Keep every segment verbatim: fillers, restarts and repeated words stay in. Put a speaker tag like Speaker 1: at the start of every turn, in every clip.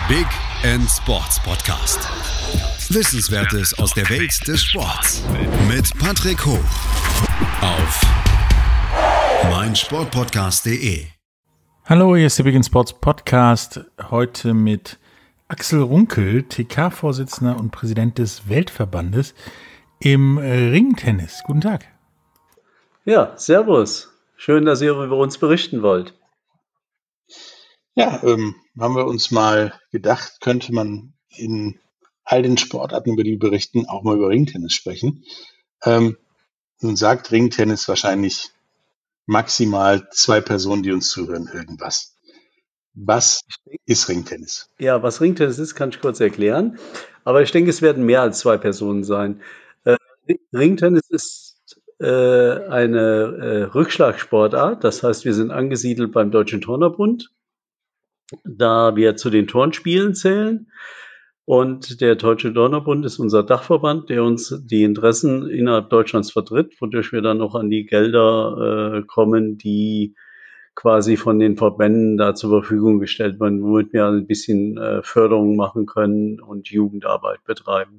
Speaker 1: Big End Sports Podcast. Wissenswertes aus der Welt des Sports mit Patrick Hoch auf meinsportpodcast punkt de.
Speaker 2: Hallo, hier ist der Big End Sports Podcast. Heute mit Axel Runkel, T K-Vorsitzender und Präsident des Weltverbandes im Ringtennis. Guten Tag.
Speaker 3: Ja, servus. Schön, dass ihr über uns berichten wollt.
Speaker 4: Ja, ähm, haben wir uns mal gedacht, könnte man in all den Sportarten, über die wir berichten, auch mal über Ringtennis sprechen. Ähm, nun sagt Ringtennis wahrscheinlich maximal zwei Personen, die uns zuhören, irgendwas. Was ist Ringtennis?
Speaker 3: Ja, was Ringtennis ist, kann ich kurz erklären. Aber ich denke, es werden mehr als zwei Personen sein. Äh, Ringtennis ist äh, eine äh, Rückschlagsportart. Das heißt, wir sind angesiedelt beim Deutschen Turnerbund, da wir zu den Turnspielen zählen. Und der Deutsche Turnerbund ist unser Dachverband, der uns die Interessen innerhalb Deutschlands vertritt, wodurch wir dann auch an die Gelder äh, kommen, die quasi von den Verbänden da zur Verfügung gestellt werden, womit wir ein bisschen äh, Förderung machen können und Jugendarbeit betreiben.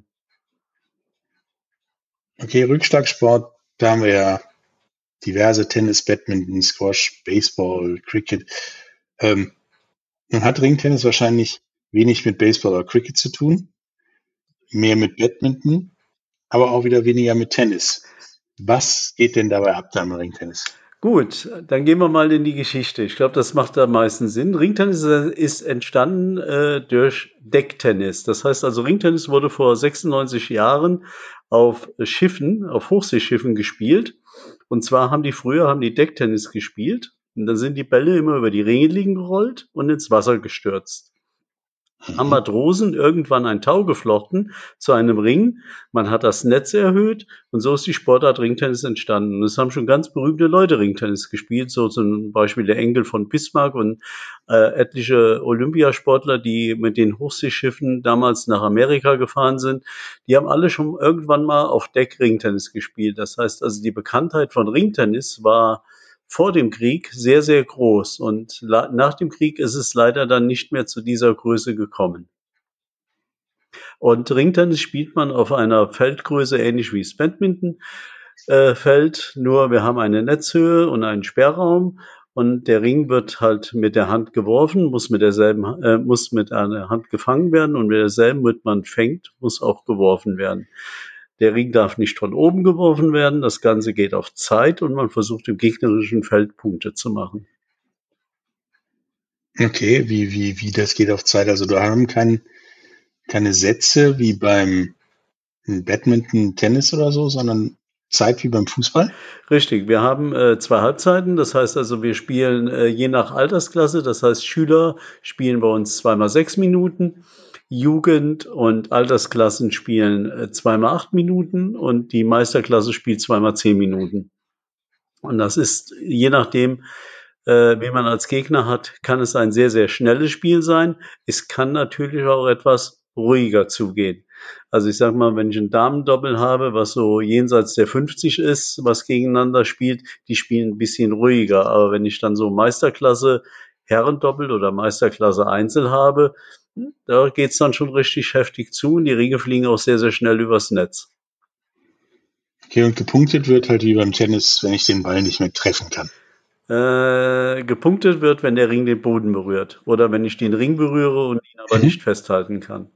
Speaker 4: Okay, Rückschlagsport, da haben wir ja diverse Tennis, Badminton, Squash, Baseball, Cricket. Ähm, nun hat Ringtennis wahrscheinlich wenig mit Baseball oder Cricket zu tun, mehr mit Badminton, aber auch wieder weniger mit Tennis. Was geht denn dabei ab da im Ringtennis?
Speaker 3: Gut, dann gehen wir mal in die Geschichte. Ich glaube, das macht am meisten Sinn. Ringtennis ist entstanden äh, durch Decktennis. Das heißt also, Ringtennis wurde vor sechsundneunzig Jahren auf Schiffen, auf Hochseeschiffen gespielt. Und zwar haben die früher haben die Decktennis gespielt. Und dann sind die Bälle immer über die Regeling gerollt und ins Wasser gestürzt. Haben Matrosen irgendwann ein Tau geflochten zu einem Ring. Man hat das Netz erhöht und so ist die Sportart Ringtennis entstanden. Und es haben schon ganz berühmte Leute Ringtennis gespielt, so zum Beispiel der Enkel von Bismarck und äh, etliche Olympiasportler, die mit den Hochseeschiffen damals nach Amerika gefahren sind. Die haben alle schon irgendwann mal auf Deck Ringtennis gespielt. Das heißt also, die Bekanntheit von Ringtennis war vor dem Krieg sehr, sehr groß. Und la- nach dem Krieg ist es leider dann nicht mehr zu dieser Größe gekommen. Und Ringtennis spielt man auf einer Feldgröße ähnlich wie das Badminton äh, Feld, nur wir haben eine Netzhöhe und einen Sperrraum. Und der Ring wird halt mit der Hand geworfen, muss mit derselben, äh, muss mit einer Hand gefangen werden und mit derselben, mit man fängt, muss auch geworfen werden. Der Ring darf nicht von oben geworfen werden. Das Ganze geht auf Zeit und man versucht im gegnerischen Feld Punkte zu machen.
Speaker 4: Okay, wie, wie, wie das geht auf Zeit. Also da haben kein, keine Sätze wie beim Badminton, Tennis oder so, sondern Zeit wie beim Fußball?
Speaker 3: Richtig, wir haben äh, zwei Halbzeiten. Das heißt also, wir spielen äh, je nach Altersklasse. Das heißt, Schüler spielen bei uns zweimal sechs Minuten. Jugend- und Altersklassen spielen äh, zweimal acht Minuten und die Meisterklasse spielt zweimal zehn Minuten. Und das ist, je nachdem, äh, wen man als Gegner hat, kann es ein sehr, sehr schnelles Spiel sein. Es kann natürlich auch etwas ruhiger zugehen. Also ich sag mal, wenn ich ein Damendoppel habe, was so jenseits der fünfzig ist, was gegeneinander spielt, die spielen ein bisschen ruhiger. Aber wenn ich dann so Meisterklasse Herrendoppel oder Meisterklasse Einzel habe, da geht's dann schon richtig heftig zu und die Ringe fliegen auch sehr, sehr schnell übers Netz.
Speaker 4: Okay, und gepunktet wird halt wie beim Tennis, wenn ich den Ball nicht mehr treffen kann.
Speaker 3: Äh, gepunktet wird, wenn der Ring den Boden berührt. Oder wenn ich den Ring berühre und ihn aber
Speaker 4: Mhm.
Speaker 3: nicht festhalten kann.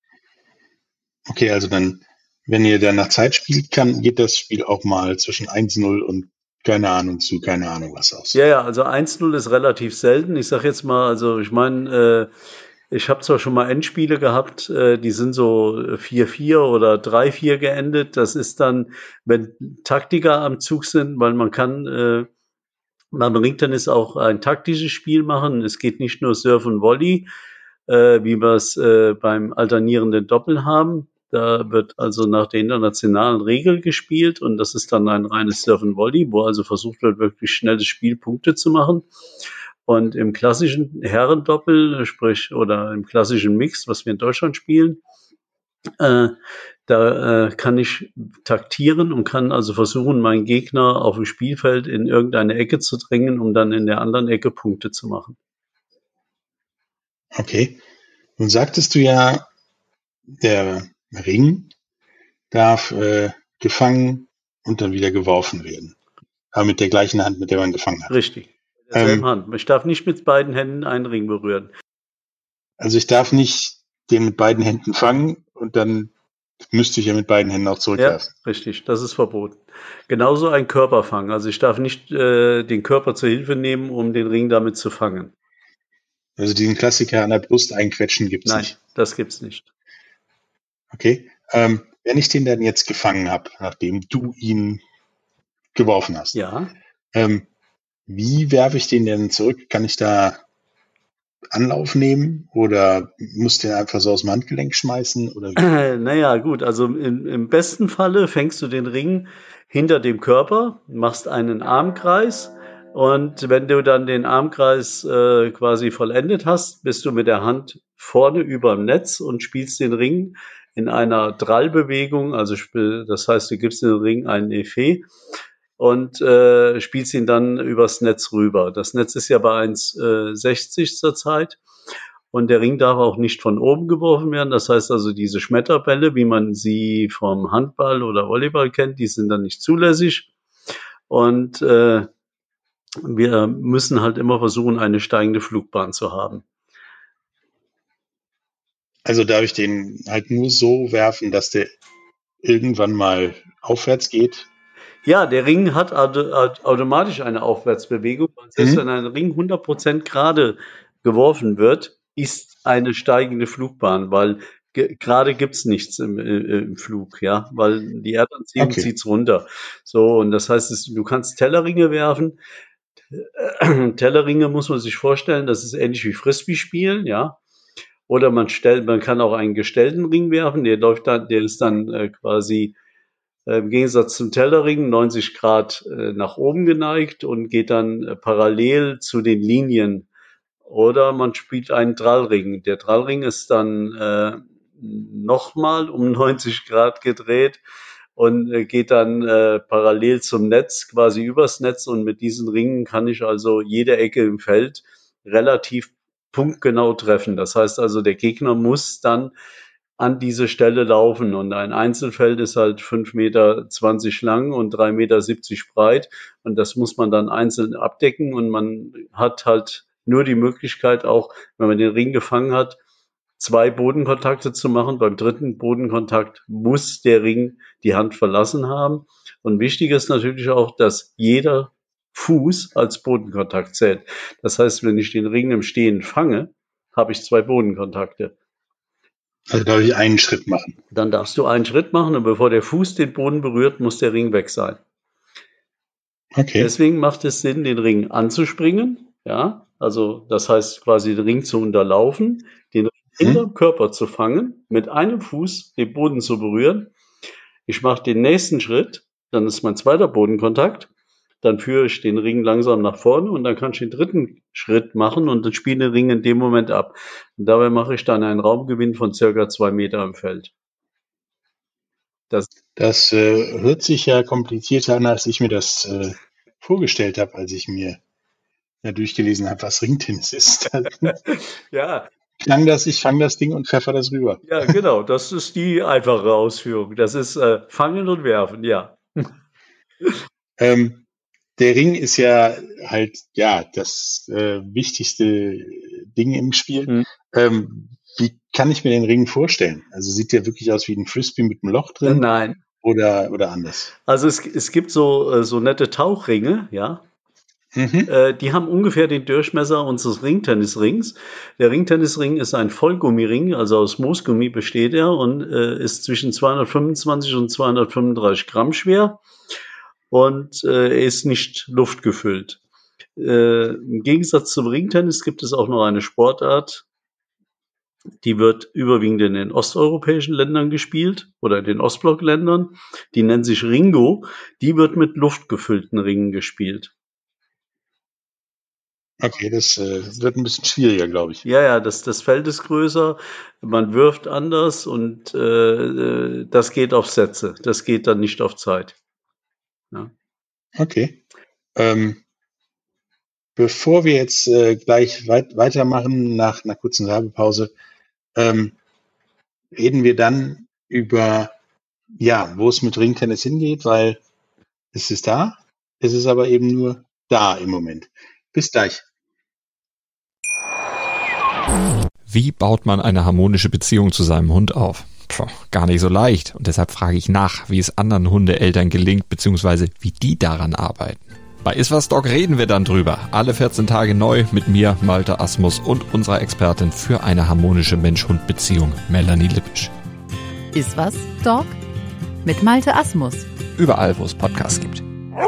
Speaker 4: Okay, also dann, wenn ihr dann nach Zeit spielt, kann, geht das Spiel auch mal zwischen eins null und keine Ahnung zu, keine Ahnung was aus.
Speaker 3: Ja, ja, also eins null ist relativ selten. Ich sag jetzt mal, also ich meine, äh, ich habe zwar schon mal Endspiele gehabt, äh, die sind so vier vier oder drei vier geendet. Das ist dann, wenn Taktiker am Zug sind, weil man kann, äh, beim Ringtennis auch ein taktisches Spiel machen. Es geht nicht nur Surf und Volley, äh, wie wir es äh, beim alternierenden Doppel haben. Da wird also nach der internationalen Regel gespielt und das ist dann ein reines Surf und Volley, wo also versucht wird, wirklich schnelles Spiel Punkte zu machen. Und im klassischen Herrendoppel, sprich, oder im klassischen Mix, was wir in Deutschland spielen, äh, da äh, kann ich taktieren und kann also versuchen, meinen Gegner auf dem Spielfeld in irgendeine Ecke zu drängen, um dann in der anderen Ecke Punkte zu machen.
Speaker 4: Okay. Nun sagtest du ja, der Ring darf äh, gefangen und dann wieder geworfen werden. Aber mit der gleichen Hand, mit der man gefangen hat.
Speaker 3: Richtig. Mit derselben
Speaker 4: Ähm,
Speaker 3: Hand. Ich darf nicht mit beiden Händen einen Ring berühren.
Speaker 4: Also ich darf nicht den mit beiden Händen fangen und dann müsste ich ja mit beiden Händen auch
Speaker 3: Ja,
Speaker 4: zurückwerfen.
Speaker 3: richtig. Das ist verboten. Genauso ein Körperfang. Also ich darf nicht äh, den Körper zur Hilfe nehmen, um den Ring damit zu fangen.
Speaker 4: Also diesen Klassiker an der Brust einquetschen gibt's
Speaker 3: Nein,
Speaker 4: nicht.
Speaker 3: das gibt's nicht.
Speaker 4: Okay. Ähm, wenn ich den dann jetzt gefangen habe, nachdem du ihn geworfen hast,
Speaker 3: Ja.
Speaker 4: ähm, wie werfe ich den denn zurück? Kann ich da Anlauf nehmen oder muss den einfach so aus dem Handgelenk schmeißen? Oder wie?
Speaker 3: Naja, gut, also im, im besten Falle fängst du den Ring hinter dem Körper, machst einen Armkreis und wenn du dann den Armkreis äh, quasi vollendet hast, bist du mit der Hand vorne über dem Netz und spielst den Ring in einer Drallbewegung, also spiel- das heißt, du gibst dem Ring einen Effet und äh, spielst ihn dann übers Netz rüber. Das Netz ist ja bei eins Komma sechzig zurzeit. Und der Ring darf auch nicht von oben geworfen werden. Das heißt also, diese Schmetterbälle, wie man sie vom Handball oder Volleyball kennt, die sind dann nicht zulässig. Und äh, wir müssen halt immer versuchen, eine steigende Flugbahn zu haben.
Speaker 4: Also darf ich den halt nur so werfen, dass der irgendwann mal aufwärts geht?
Speaker 3: Ja, der Ring hat auto- aut- automatisch eine Aufwärtsbewegung. Und selbst
Speaker 4: Mhm.
Speaker 3: wenn ein Ring hundert Prozent gerade geworfen wird, ist eine steigende Flugbahn, weil ge- gerade gibt's nichts im, äh, im Flug, ja, weil die Erdanziehung
Speaker 4: Okay.
Speaker 3: zieht's runter. So, und das heißt, es, du kannst Tellerringe werfen. Tellerringe muss man sich vorstellen, das ist ähnlich wie Frisbee-Spielen, ja. Oder man stellt, man kann auch einen gestellten Ring werfen, der läuft dann, der ist dann äh, quasi äh, im Gegensatz zum Tellerring neunzig Grad äh, nach oben geneigt und geht dann äh, parallel zu den Linien. Oder man spielt einen Drallring. Der Drallring ist dann äh, nochmal um neunzig Grad gedreht und äh, geht dann äh, parallel zum Netz, quasi übers Netz. Und mit diesen Ringen kann ich also jede Ecke im Feld relativ punktgenau treffen. Das heißt also, der Gegner muss dann an diese Stelle laufen. Und ein Einzelfeld ist halt fünf Meter zwanzig lang und drei Meter siebzig breit. Und das muss man dann einzeln abdecken. Und man hat halt nur die Möglichkeit auch, wenn man den Ring gefangen hat, zwei Bodenkontakte zu machen. Beim dritten Bodenkontakt muss der Ring die Hand verlassen haben. Und wichtig ist natürlich auch, dass jeder Fuß als Bodenkontakt zählt. Das heißt, wenn ich den Ring im Stehen fange, habe ich zwei Bodenkontakte.
Speaker 4: Also darf ich einen Schritt machen.
Speaker 3: Dann darfst du einen Schritt machen und bevor der Fuß den Boden berührt, muss der Ring weg sein.
Speaker 4: Okay.
Speaker 3: Deswegen macht es Sinn, den Ring anzuspringen. Ja, also das heißt quasi den Ring zu unterlaufen, den Ring
Speaker 4: Hm?
Speaker 3: hinterm Körper zu fangen, mit einem Fuß den Boden zu berühren. Ich mache den nächsten Schritt, dann ist mein zweiter Bodenkontakt. Dann führe ich den Ring langsam nach vorne und dann kann ich den dritten Schritt machen und dann spiele den Ring in dem Moment ab. Und dabei mache ich dann einen Raumgewinn von circa zwei Meter im Feld. Das
Speaker 4: Das äh, hört sich ja komplizierter an, als ich mir das äh, vorgestellt habe, als ich mir ja durchgelesen habe, was Ringtennis ist. Dann
Speaker 3: ja,
Speaker 4: klang das, ich fange das Ding und pfeffer das rüber.
Speaker 3: ja, genau. Das ist die einfache Ausführung. Das ist äh, Fangen und Werfen, ja.
Speaker 4: Ähm, der Ring ist ja halt ja das äh, wichtigste Ding im Spiel.
Speaker 3: Hm.
Speaker 4: Ähm, wie kann ich mir den Ring vorstellen? Also sieht der wirklich aus wie ein Frisbee mit einem Loch drin
Speaker 3: Nein.
Speaker 4: oder, oder anders?
Speaker 3: Also es, es gibt so, äh, so nette Tauchringe, ja.
Speaker 4: Mhm.
Speaker 3: Äh, die haben ungefähr den Durchmesser unseres Ringtennisrings. Der Ringtennisring ist ein Vollgummiring, also aus Moosgummi besteht er und äh, ist zwischen zweihundertfünfundzwanzig und zweihundertfünfunddreißig Gramm schwer und äh, er ist nicht luftgefüllt. Äh, Im Gegensatz zum Ringtennis gibt es auch noch eine Sportart, die wird überwiegend in den osteuropäischen Ländern gespielt oder in den Ostblockländern. Die nennt sich Ringo. Die wird mit luftgefüllten Ringen gespielt.
Speaker 4: Okay, das äh, wird ein bisschen schwieriger, glaube ich.
Speaker 3: Ja, ja, das, das Feld ist größer, man wirft anders und äh, das geht auf Sätze. Das geht dann nicht auf Zeit. Ja.
Speaker 4: Okay. Ähm, bevor wir jetzt äh, gleich weit weitermachen nach einer kurzen Werbepause, ähm, reden wir dann über, ja, wo es mit Ringtennis hingeht, weil es ist da, es ist aber eben nur da im Moment. Bis gleich.
Speaker 5: Wie baut man eine harmonische Beziehung zu seinem Hund auf? Puh, gar nicht so leicht. Und deshalb frage ich nach, wie es anderen Hundeeltern gelingt, beziehungsweise wie die daran arbeiten. Bei Iswas Dog reden wir dann drüber. Alle vierzehn Tage neu mit mir, Malte Asmus und unserer Expertin für eine harmonische Mensch-Hund-Beziehung, Melanie Lippisch.
Speaker 6: Iswas Dog mit Malte Asmus.
Speaker 5: Überall, wo es Podcasts gibt.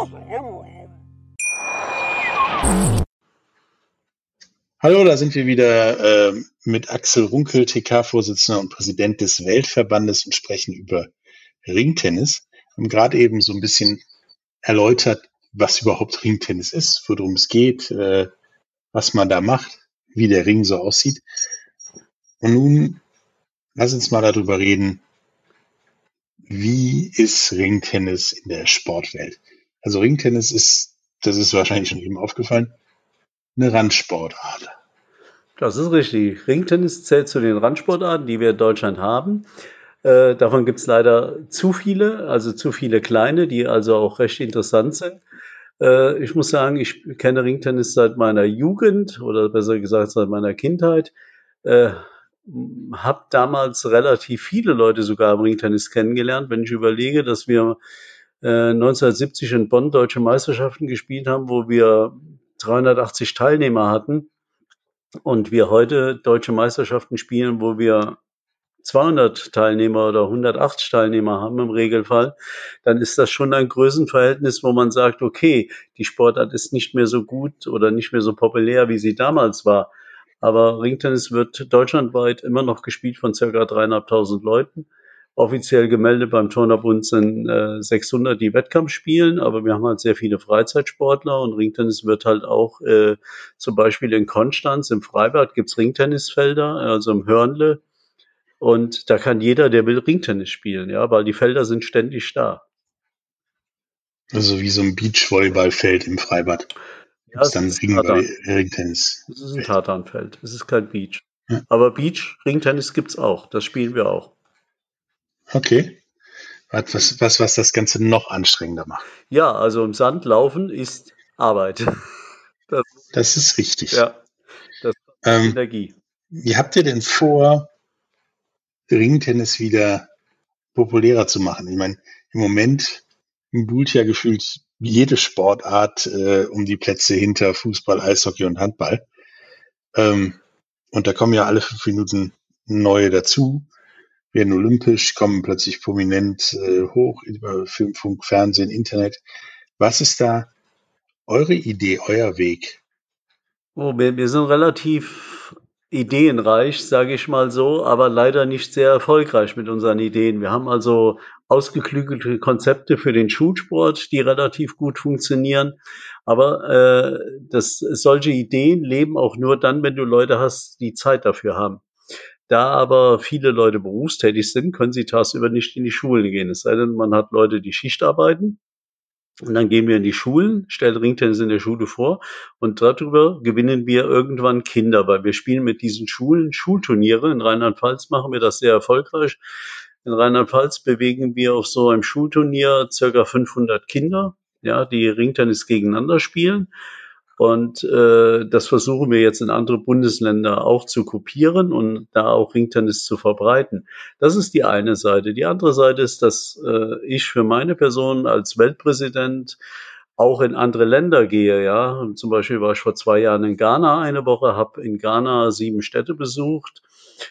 Speaker 4: Hallo, da sind wir wieder äh, mit Axel Runkel, T K-Vorsitzender und Präsident des Weltverbandes und sprechen über Ringtennis. Wir haben gerade eben so ein bisschen erläutert, was überhaupt Ringtennis ist, worum es geht, äh, was man da macht, wie der Ring so aussieht. Und nun lass uns mal darüber reden, wie ist Ringtennis in der Sportwelt? Also Ringtennis ist, das ist wahrscheinlich schon eben aufgefallen, eine Randsportart.
Speaker 3: Das ist richtig. Ringtennis zählt zu den Randsportarten, die wir in Deutschland haben. Äh, davon gibt es leider zu viele, also zu viele kleine, die also auch recht interessant sind. Äh, ich muss sagen, ich kenne Ringtennis seit meiner Jugend oder besser gesagt seit meiner Kindheit. Äh, habe damals relativ viele Leute sogar im Ringtennis kennengelernt, wenn ich überlege, dass wir äh, neunzehnhundertsiebzig in Bonn deutsche Meisterschaften gespielt haben, wo wir dreihundertachtzig Teilnehmer hatten und wir heute deutsche Meisterschaften spielen, wo wir zweihundert Teilnehmer oder hundertachtzig Teilnehmer haben im Regelfall, dann ist das schon ein Größenverhältnis, wo man sagt, okay, die Sportart ist nicht mehr so gut oder nicht mehr so populär, wie sie damals war. Aber Ringtennis wird deutschlandweit immer noch gespielt von circa dreieinhalbtausend Leuten. Offiziell gemeldet beim Turnerbund sind äh, sechshundert, die Wettkampf spielen, aber wir haben halt sehr viele Freizeitsportler und Ringtennis wird halt auch äh, zum Beispiel in Konstanz im Freibad gibt's Ringtennisfelder, also im Hörnle. Und da kann jeder, der will, Ringtennis spielen, ja, weil die Felder sind ständig da.
Speaker 4: Also wie so ein Beachvolleyballfeld im Freibad.
Speaker 3: Ja, es
Speaker 4: dann
Speaker 3: ist
Speaker 4: Ring
Speaker 3: Tartan.
Speaker 4: Ringtennis.
Speaker 3: Es ist ein Tartanfeld. Es ist kein Beach.
Speaker 4: Ja.
Speaker 3: Aber Beach, Ringtennis gibt's auch. Das spielen wir auch.
Speaker 4: Okay. Was, was, was das Ganze noch anstrengender macht.
Speaker 3: Ja, also im Sand laufen ist Arbeit. Das,
Speaker 4: Das ist richtig.
Speaker 3: ja, das ist
Speaker 4: Ähm,
Speaker 3: Energie.
Speaker 4: Wie habt ihr denn vor, Ringtennis wieder populärer zu machen? Ich meine, im Moment buhlt ja gefühlt jede Sportart äh, um die Plätze hinter Fußball, Eishockey und Handball. Ähm, und da kommen ja alle fünf Minuten neue dazu, werden olympisch, kommen plötzlich prominent äh, hoch über Film, Funk, Fernsehen, Internet. Was ist da eure Idee, euer Weg?
Speaker 3: Oh, wir, wir sind relativ ideenreich, sage ich mal so, aber leider nicht sehr erfolgreich mit unseren Ideen. Wir haben also ausgeklügelte Konzepte für den Schulsport, die relativ gut funktionieren. Aber äh, das, solche Ideen leben auch nur dann, wenn du Leute hast, die Zeit dafür haben. Da aber viele Leute berufstätig sind, können sie tagsüber nicht in die Schule gehen. Es sei denn, man hat Leute, die Schicht arbeiten. Und dann gehen wir in die Schulen, stellen Ringtennis in der Schule vor und darüber gewinnen wir irgendwann Kinder, weil wir spielen mit diesen Schulen Schulturniere. In Rheinland-Pfalz machen wir das sehr erfolgreich. In Rheinland-Pfalz bewegen wir auf so einem Schulturnier circa fünfhundert Kinder, ja, die Ringtennis gegeneinander spielen. Und äh, das versuchen wir jetzt in andere Bundesländer auch zu kopieren und da auch Ringtennis zu verbreiten. Das ist die eine Seite. Die andere Seite ist, dass äh, ich für meine Person als Weltpräsident auch in andere Länder gehe. Ja, zum Beispiel war ich vor zwei Jahren in Ghana eine Woche, habe in Ghana sieben Städte besucht.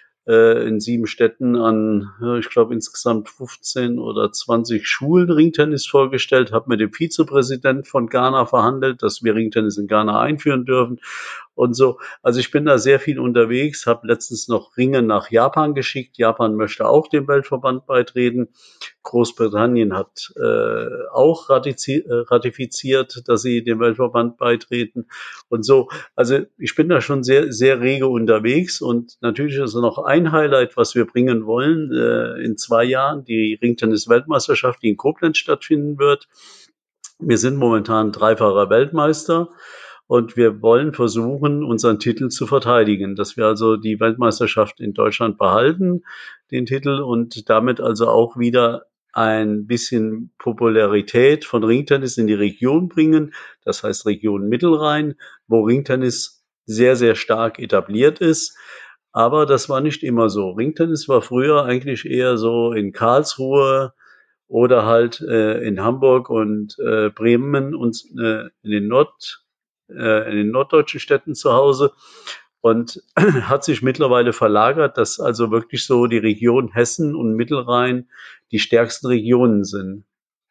Speaker 3: In sieben Städten an, ich glaube, insgesamt fünfzehn oder zwanzig Schulen Ringtennis vorgestellt, habe mit dem Vizepräsident von Ghana verhandelt, dass wir Ringtennis in Ghana einführen dürfen und so. Also ich bin da sehr viel unterwegs, habe letztens noch Ringe nach Japan geschickt. Japan möchte auch dem Weltverband beitreten. Großbritannien hat äh, auch ratifiziert, ratifiziert, dass sie dem Weltverband beitreten und so. Also ich bin da schon sehr, sehr rege unterwegs und natürlich ist noch ein Highlight, was wir bringen wollen, äh, in zwei Jahren, die Ringtennis-Weltmeisterschaft, die in Koblenz stattfinden wird. Wir sind momentan dreifacher Weltmeister Und wir wollen versuchen, unseren Titel zu verteidigen, dass wir also die Weltmeisterschaft in Deutschland behalten, den Titel, und damit also auch wieder ein bisschen Popularität von Ringtennis in die Region bringen. Das heißt Region Mittelrhein, wo Ringtennis sehr, sehr stark etabliert ist. Aber das war nicht immer so. Ringtennis war früher eigentlich eher so in Karlsruhe oder halt äh, in Hamburg und äh, Bremen und äh, in den Nord, äh, in den norddeutschen Städten zu Hause und hat sich mittlerweile verlagert, dass also wirklich so die Region Hessen und Mittelrhein die stärksten Regionen sind.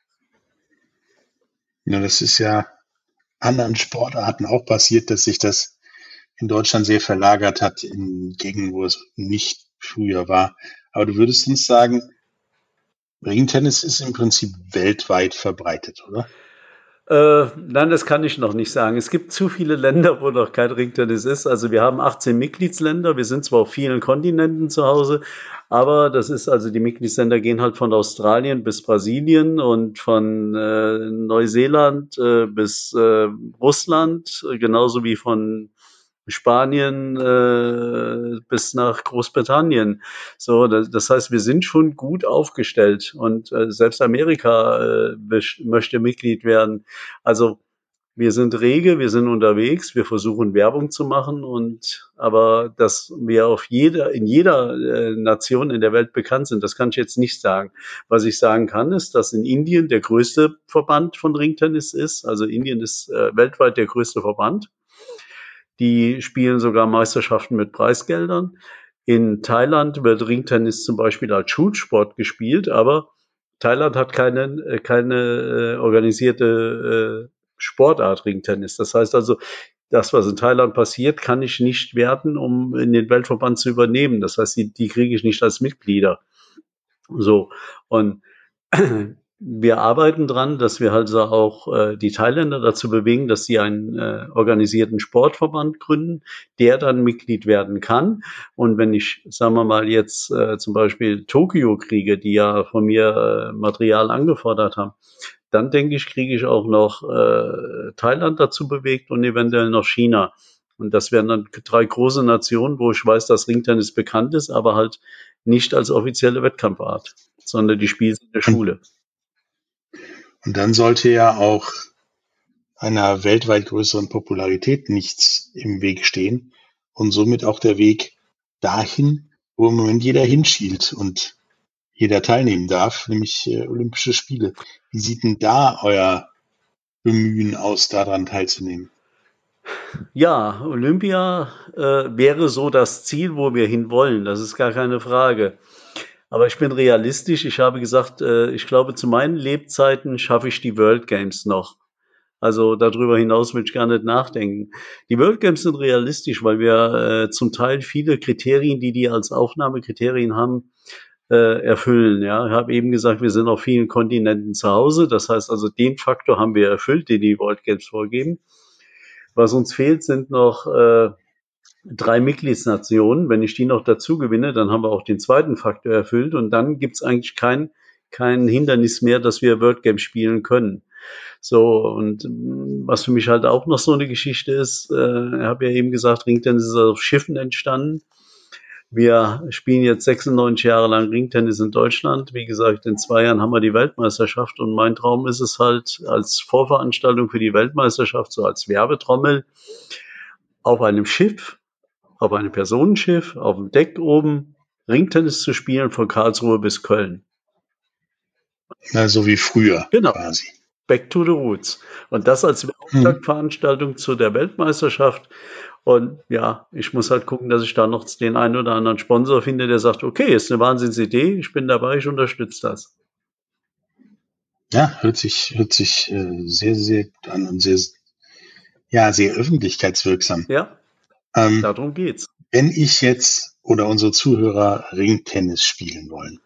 Speaker 4: Ja, das ist ja anderen Sportarten auch passiert, dass sich das in Deutschland sehr verlagert hat in Gegenden, wo es nicht früher war. Aber du würdest uns sagen, Ringtennis ist im Prinzip weltweit verbreitet, oder?
Speaker 3: Äh, nein, das kann ich noch nicht sagen. Es gibt zu viele Länder, wo noch kein Ringtennis ist. Also wir haben achtzehn Mitgliedsländer. Wir sind zwar auf vielen Kontinenten zu Hause, aber das ist also, die Mitgliedsländer gehen halt von Australien bis Brasilien und von äh, Neuseeland äh, bis äh, Russland, äh, genauso wie von Spanien äh, bis nach Großbritannien. So, das, das heißt, wir sind schon gut aufgestellt und äh, selbst Amerika äh, besch- möchte Mitglied werden. Also wir sind rege, wir sind unterwegs, wir versuchen Werbung zu machen, und aber dass wir auf jeder in jeder äh, Nation in der Welt bekannt sind, das kann ich jetzt nicht sagen. Was ich sagen kann, ist, dass in Indien der größte Verband von Ringtennis ist. Also Indien ist äh, weltweit der größte Verband. Die spielen sogar Meisterschaften mit Preisgeldern. In Thailand wird Ringtennis zum Beispiel als Schulsport gespielt, aber Thailand hat keine, keine äh, organisierte äh, Sportart Ringtennis. Das heißt also, das, was in Thailand passiert, kann ich nicht werten, um in den Weltverband zu übernehmen. Das heißt, die, die kriege ich nicht als Mitglieder. So. Und wir arbeiten dran, dass wir also auch äh, die Thailänder dazu bewegen, dass sie einen äh, organisierten Sportverband gründen, der dann Mitglied werden kann. Und wenn ich, sagen wir mal, jetzt äh, zum Beispiel Tokio kriege, die ja von mir äh, Material angefordert haben, dann denke ich, kriege ich auch noch äh, Thailand dazu bewegt und eventuell noch China. Und das wären dann drei große Nationen, wo ich weiß, dass Ringtennis bekannt ist, aber halt nicht als offizielle Wettkampfart, sondern die spielen in der Schule.
Speaker 4: Und dann sollte ja auch einer weltweit größeren Popularität nichts im Weg stehen und somit auch der Weg dahin, wo im Moment jeder hinschielt und jeder teilnehmen darf, nämlich äh, Olympische Spiele. Wie sieht denn da euer Bemühen aus, daran teilzunehmen?
Speaker 3: Ja, Olympia äh, wäre so das Ziel, wo wir hinwollen. Das ist gar keine Frage. Aber ich bin realistisch. Ich habe gesagt, äh, ich glaube, zu meinen Lebzeiten schaffe ich die World Games noch. Also darüber hinaus will ich gar nicht nachdenken. Die World Games sind realistisch, weil wir äh, zum Teil viele Kriterien, die die als Aufnahmekriterien haben, äh, erfüllen. Ja, ich habe eben gesagt, wir sind auf vielen Kontinenten zu Hause. Das heißt also, den Faktor haben wir erfüllt, den die World Games vorgeben. Was uns fehlt, sind noch äh, drei Mitgliedsnationen. Wenn ich die noch dazu gewinne, dann haben wir auch den zweiten Faktor erfüllt, und dann gibt es eigentlich kein, kein Hindernis mehr, dass wir World Games spielen können. So, und was für mich halt auch noch so eine Geschichte ist, äh, ich habe ja eben gesagt, Ringtennis ist auf Schiffen entstanden. Wir spielen jetzt sechsundneunzig Jahre lang Ringtennis in Deutschland. Wie gesagt, in zwei Jahren haben wir die Weltmeisterschaft, und mein Traum ist es halt, als Vorveranstaltung für die Weltmeisterschaft, so als Werbetrommel, auf einem Schiff, auf einem Personenschiff, auf dem Deck oben, Ringtennis zu spielen von Karlsruhe bis Köln.
Speaker 4: Na, so wie früher
Speaker 3: Genau.
Speaker 4: quasi.
Speaker 3: Back to the roots. Und das als Auftaktveranstaltung hm. zu der Weltmeisterschaft. Und ja, ich muss halt gucken, dass ich da noch den einen oder anderen Sponsor finde, der sagt, okay, ist eine Wahnsinnsidee, ich bin dabei, ich unterstütze das.
Speaker 4: Ja, hört sich, hört sich äh, sehr, sehr gut an und sehr, ja, sehr öffentlichkeitswirksam.
Speaker 3: Ja,
Speaker 4: ähm,
Speaker 3: darum geht's.
Speaker 4: Wenn ich jetzt oder unsere Zuhörer Ringtennis spielen wollen,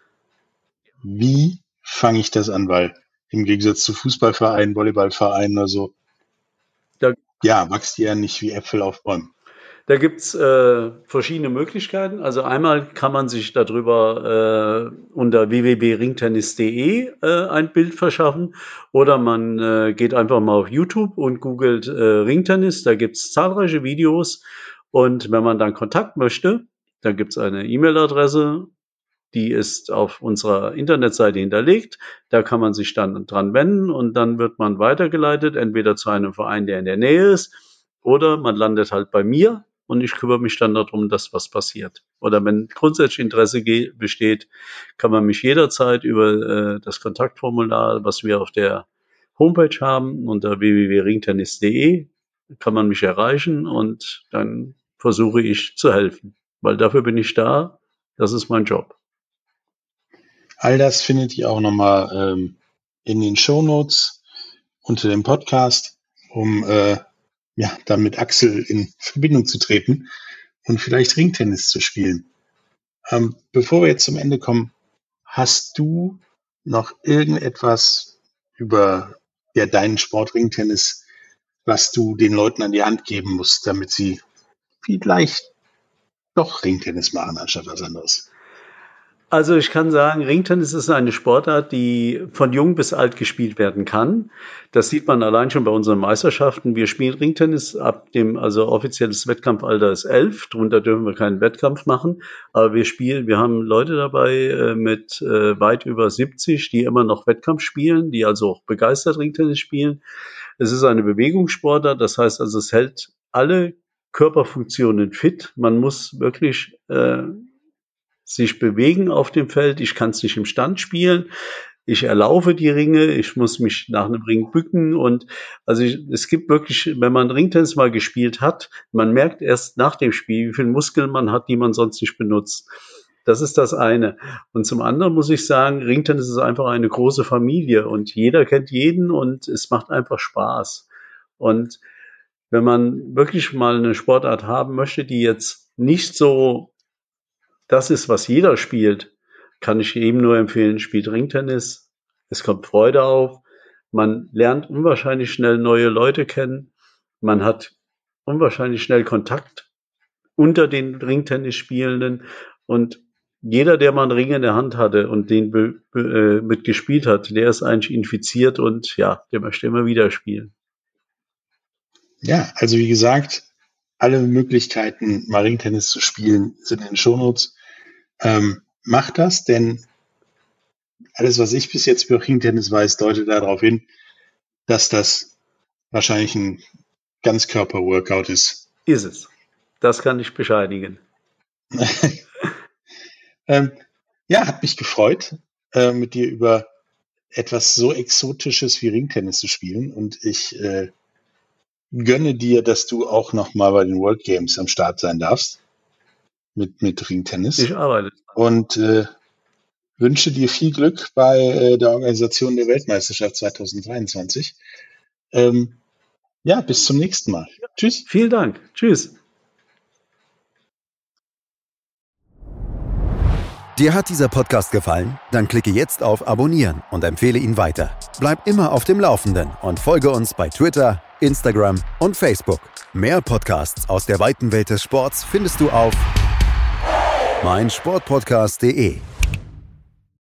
Speaker 4: wie fange ich das an? Weil im Gegensatz zu Fußballvereinen, Volleyballvereinen oder so,
Speaker 3: Da-
Speaker 4: ja, wächst ihr ja nicht wie Äpfel auf Bäumen.
Speaker 3: Da gibt's äh, verschiedene Möglichkeiten. Also einmal kann man sich darüber äh, unter w w w punkt ringtennis punkt de äh, ein Bild verschaffen oder man äh, geht einfach mal auf YouTube und googelt äh, Ringtennis. Da gibt's zahlreiche Videos und wenn man dann Kontakt möchte, dann gibt's eine E-Mail-Adresse, die ist auf unserer Internetseite hinterlegt. Da kann man sich dann dran wenden und dann wird man weitergeleitet, entweder zu einem Verein, der in der Nähe ist, oder man landet halt bei mir. Und ich kümmere mich dann darum, dass was passiert. Oder wenn grundsätzlich Interesse ge- besteht, kann man mich jederzeit über äh, das Kontaktformular, was wir auf der Homepage haben, unter w w w punkt ringtennis punkt de, kann man mich erreichen und dann versuche ich zu helfen. Weil dafür bin ich da, das ist mein Job.
Speaker 4: All das findet ihr auch nochmal ähm, in den Shownotes unter dem Podcast, um äh, ja, dann mit Axel in Verbindung zu treten und vielleicht Ringtennis zu spielen. Ähm, bevor wir jetzt zum Ende kommen, hast du noch irgendetwas über ja, deinen Sport Ringtennis, was du den Leuten an die Hand geben musst, damit sie vielleicht doch Ringtennis machen, anstatt was anderes?
Speaker 3: Also ich kann sagen, Ringtennis ist eine Sportart, die von jung bis alt gespielt werden kann. Das sieht man allein schon bei unseren Meisterschaften. Wir spielen Ringtennis ab dem, also offizielles Wettkampfalter ist elf. Darunter dürfen wir keinen Wettkampf machen. Aber wir spielen, wir haben Leute dabei äh, mit äh, weit über siebzig, die immer noch Wettkampf spielen, die also auch begeistert Ringtennis spielen. Es ist eine Bewegungssportart. Das heißt also, es hält alle Körperfunktionen fit. Man muss wirklich äh, sich bewegen auf dem Feld. Ich kann es nicht im Stand spielen. Ich erlaufe die Ringe. Ich muss mich nach einem Ring bücken. Und also ich, es gibt wirklich, wenn man Ringtennis mal gespielt hat, man merkt erst nach dem Spiel, wie viele Muskeln man hat, die man sonst nicht benutzt. Das ist das eine. Und zum anderen muss ich sagen, Ringtennis ist einfach eine große Familie und jeder kennt jeden und es macht einfach Spaß. Und wenn man wirklich mal eine Sportart haben möchte, die jetzt nicht so das ist, was jeder spielt, kann ich jedem nur empfehlen, spielt Ringtennis. Es kommt Freude auf. Man lernt unwahrscheinlich schnell neue Leute kennen. Man hat unwahrscheinlich schnell Kontakt unter den Ringtennisspielenden. Und jeder, der mal einen Ring in der Hand hatte und den be- be- äh, mitgespielt hat, der ist eigentlich infiziert und ja, der möchte immer wieder spielen.
Speaker 4: Ja, also wie gesagt, alle Möglichkeiten, mal Ringtennis zu spielen, sind in den Shownotes. Ähm, macht das, denn alles, was ich bis jetzt über Ringtennis weiß, deutet darauf hin, dass das wahrscheinlich ein Ganzkörper-Workout ist.
Speaker 3: Ist es. Das kann ich bescheinigen.
Speaker 4: ähm, ja, hat mich gefreut, äh, mit dir über etwas so Exotisches wie Ringtennis zu spielen. Und ich äh, gönne dir, dass du auch noch mal bei den World Games am Start sein darfst mit, mit Ringtennis.
Speaker 3: Ich arbeite.
Speaker 4: Und äh, wünsche dir viel Glück bei äh, der Organisation der Weltmeisterschaft zwanzig dreiundzwanzig. Ähm, ja, bis zum nächsten Mal. Ja. Tschüss.
Speaker 3: Vielen Dank. Tschüss.
Speaker 1: Dir hat dieser Podcast gefallen? Dann klicke jetzt auf Abonnieren und empfehle ihn weiter. Bleib immer auf dem Laufenden und folge uns bei Twitter, Instagram und Facebook. Mehr Podcasts aus der weiten Welt des Sports findest du auf meinsportpodcast punkt de.